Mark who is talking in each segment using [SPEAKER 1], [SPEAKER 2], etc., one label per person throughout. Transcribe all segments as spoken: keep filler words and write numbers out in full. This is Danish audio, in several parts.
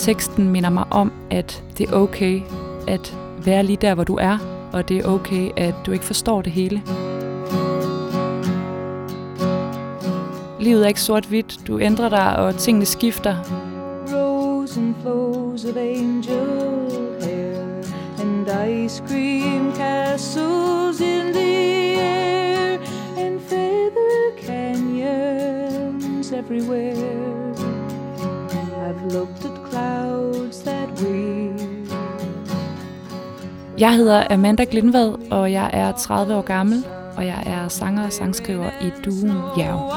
[SPEAKER 1] teksten minder mig om, at det er okay at være lige der, hvor du er, og det er okay, at du ikke forstår det hele. Livet er ikke sort-hvidt. Du ændrer dig, og tingene skifter.
[SPEAKER 2] Rose and flows of angel hair and ice cream castles in the air and feather canyons everywhere. I've looked at clouds that we.
[SPEAKER 1] Jeg hedder Amanda Glindvad, og jeg er tredive år gammel, og jeg er sanger og sangskriver i duoen Jerv.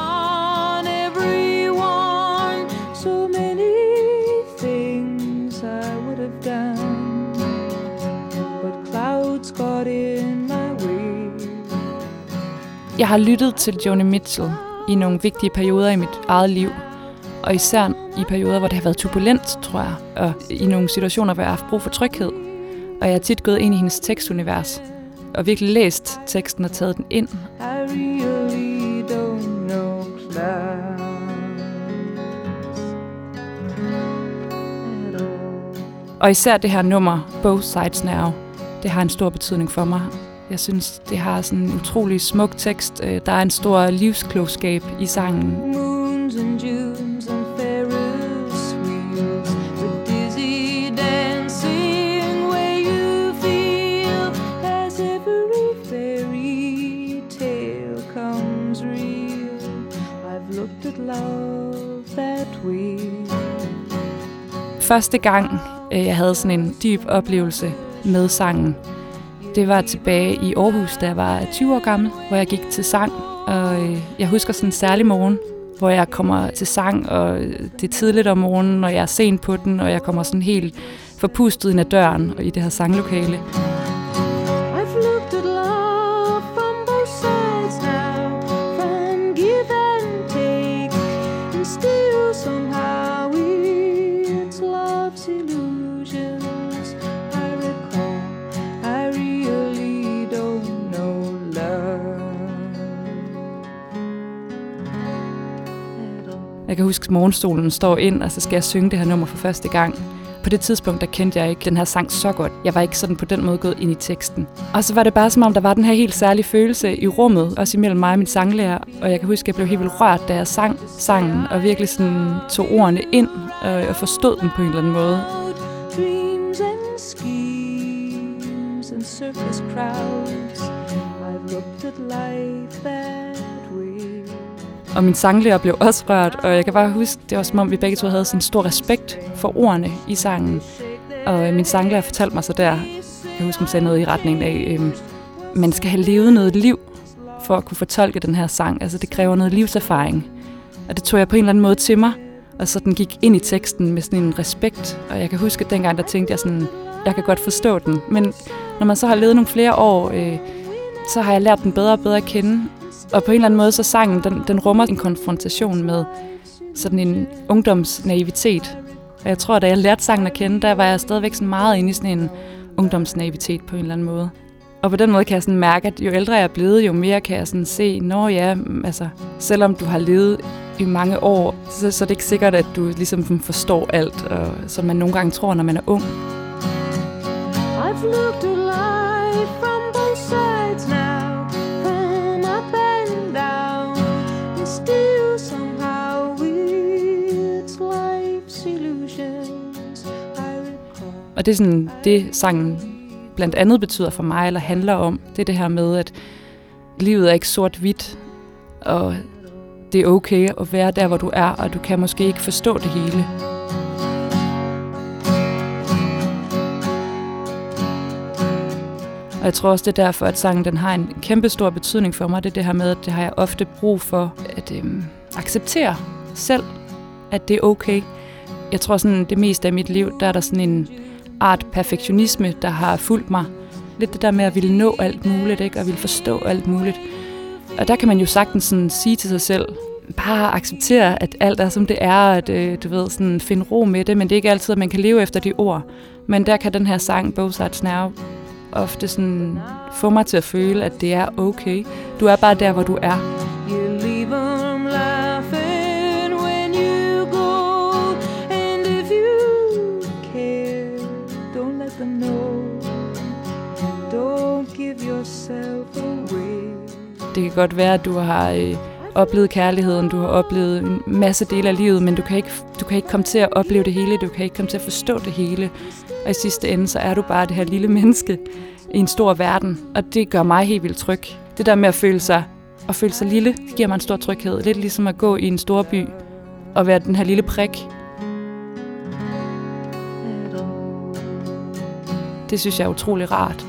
[SPEAKER 1] Jeg har lyttet til Joni Mitchell i nogle vigtige perioder i mit eget liv, og især i perioder, hvor det har været turbulent, tror jeg, og i nogle situationer, hvor jeg har haft brug for tryghed. Og jeg har tit gået ind i hendes tekstunivers, og virkelig læst teksten og taget den ind. Og især det her nummer, Both Sides Now, det har en stor betydning for mig. Jeg synes, det har sådan en utrolig smuk tekst. Der er en stor livsklogskab i sangen.
[SPEAKER 2] Moons and Junes and Ferris wheels with dizzy dancing where you feel as every fairy tale comes real. I've looked at love that way.
[SPEAKER 1] Første gang, jeg havde sådan en dyb oplevelse med sangen, det var tilbage i Aarhus, da jeg var tyve år gammel, hvor jeg gik til sang. Og jeg husker sådan en særlig morgen, hvor jeg kommer til sang, og det er tidligt om morgenen, og jeg er sent på den, og jeg kommer sådan helt forpustet ind ad døren og i det her sanglokale. Jeg kan huske, at morgenstolen står ind, og så skal jeg synge det her nummer for første gang. På det tidspunkt, der kendte jeg ikke den her sang så godt. Jeg var ikke sådan på den måde gået ind i teksten. Og så var det bare som om, der var den her helt særlige følelse i rummet, også imellem mig og min sanglærer. Og jeg kan huske, at jeg blev helt vildt rørt, da jeg sang sangen, og virkelig sådan tog ordene ind og forstod dem på en eller anden måde.
[SPEAKER 2] Dreams and schemes and circus crowds. I've looked at life that way.
[SPEAKER 1] Og min sanglærer blev også rørt, og jeg kan bare huske, det var som om vi begge to havde sådan en stor respekt for ordene i sangen. Og min sanglærer fortalte mig så der, jeg husker, hun sagde noget i retningen af, øhm, man skal have levet noget liv for at kunne fortolke den her sang. Altså det kræver noget livserfaring. Og det tog jeg på en eller anden måde til mig, og så den gik ind i teksten med sådan en respekt. Og jeg kan huske, at dengang der tænkte jeg sådan, jeg kan godt forstå den. Men når man så har levet nogle flere år, øh, så har jeg lært den bedre og bedre at kende. Og på en eller anden måde, så sangen, den, den rummer en konfrontation med sådan en ungdomsnaivitet. Og jeg tror, da jeg lærte sangen at kende, der var jeg stadigvæk sådan meget inde i sådan en ungdomsnaivitet på en eller anden måde. Og på den måde kan jeg sådan mærke, at jo ældre jeg er blevet, jo mere kan jeg sådan se, nå ja, altså, selvom du har levet i mange år, så, så er det ikke sikkert, at du ligesom forstår alt, og, som man nogle gange tror, når man er ung.
[SPEAKER 2] I've looked at life from both sides now, from up and down, and still somehow it's life's illusions I recall. Og det er sådan det, sangen blandt andet betyder for mig, eller handler om. Det er det her med, at livet er ikke sort-hvidt, og det er okay at være der, hvor du er, og du kan måske ikke forstå det hele. Og jeg tror også, det er derfor, at sangen den har en kæmpe stor betydning for mig. Det er det her med, at det har jeg ofte brug for at øhm, acceptere selv, at det er okay. Jeg tror sådan, det meste af mit liv, der er der sådan en art perfektionisme, der har fulgt mig. Lidt det der med at ville nå alt muligt, ikke? Og ville forstå alt muligt. Og der kan man jo sagtens sådan sige til sig selv, bare acceptere, at alt er som det er, at øh, du ved, sådan finde ro med det, men det er ikke altid, at man kan leve efter de ord. Men der kan den her sang, Both Sides Now, ofte sådan få mig til at føle, at det er okay. Du er bare der, hvor du er.
[SPEAKER 1] Det kan godt være, at du har øh, oplevet kærligheden, du har oplevet en masse dele af livet, men du kan, ikke, du kan ikke komme til at opleve det hele, du kan ikke komme til at forstå det hele. Og i sidste ende, så er du bare det her lille menneske i en stor verden, og det gør mig helt vildt tryg. Det der med at føle sig, at føle sig lille, det giver mig en stor tryghed. Lidt ligesom at gå i en stor by og være den her lille prik. Det synes jeg er utrolig rart.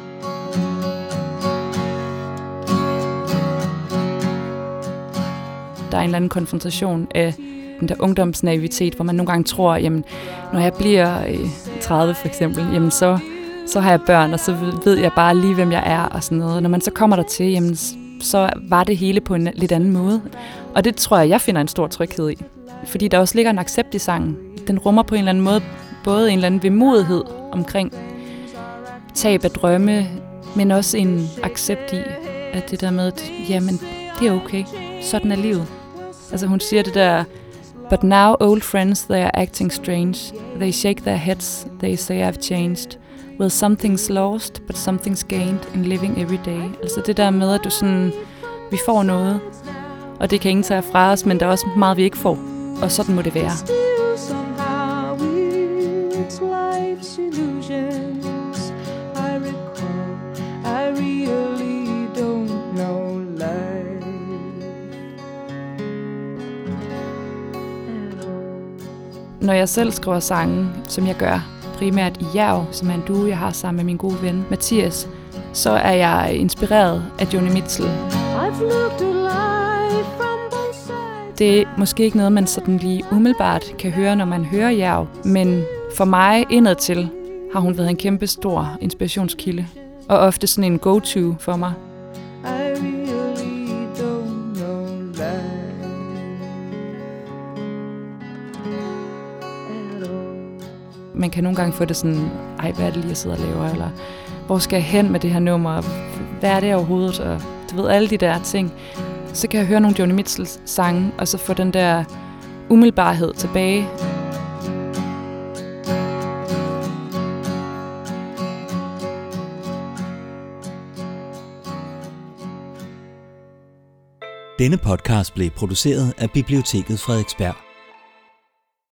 [SPEAKER 1] Der er en eller anden konfrontation af den der ungdomsnaivitet, hvor man nogle gange tror, jamen, når jeg bliver øh, tredive for eksempel, jamen så, så har jeg børn, og så ved jeg bare lige, hvem jeg er og sådan noget. Når man så kommer der til, jamen, så var det hele på en lidt anden måde. Og det tror jeg, jeg finder en stor tryghed i. Fordi der også ligger en accept i sangen. Den rummer på en eller anden måde både en eller anden vemodighed omkring tab af drømme, men også en accept i, at det der med, at jamen, det er okay. Sådan er livet. Altså hun siger det der, but now old friends, they are acting strange. They shake their heads, they say I've changed. Well, something's lost, but something's gained in living every day. Altså det der med, at du sådan, vi får noget, og det kan ingen tage fra os, men der er også meget, vi ikke får. Og sådan må det være. Når jeg selv skriver sange, som jeg gør, primært i Jerv, som er en duo, jeg har sammen med min gode ven Mathias, så er jeg inspireret af Joni Mitchell. Det er måske ikke noget, man sådan lige umiddelbart kan høre, når man hører Jerv, men for mig indadtil har hun været en kæmpe stor inspirationskilde, og ofte sådan en go-to for mig. Man kan nogle gange få det sådan, ej, hvad er det lige, jeg sidder og laver, eller hvor skal jeg hen med det her nummer, hvad er det overhovedet, og du ved, alle de der ting. Så kan jeg høre nogle Joni Mitchell sange, og så få den der umiddelbarhed tilbage.
[SPEAKER 3] Denne podcast blev produceret af Biblioteket Frederiksberg.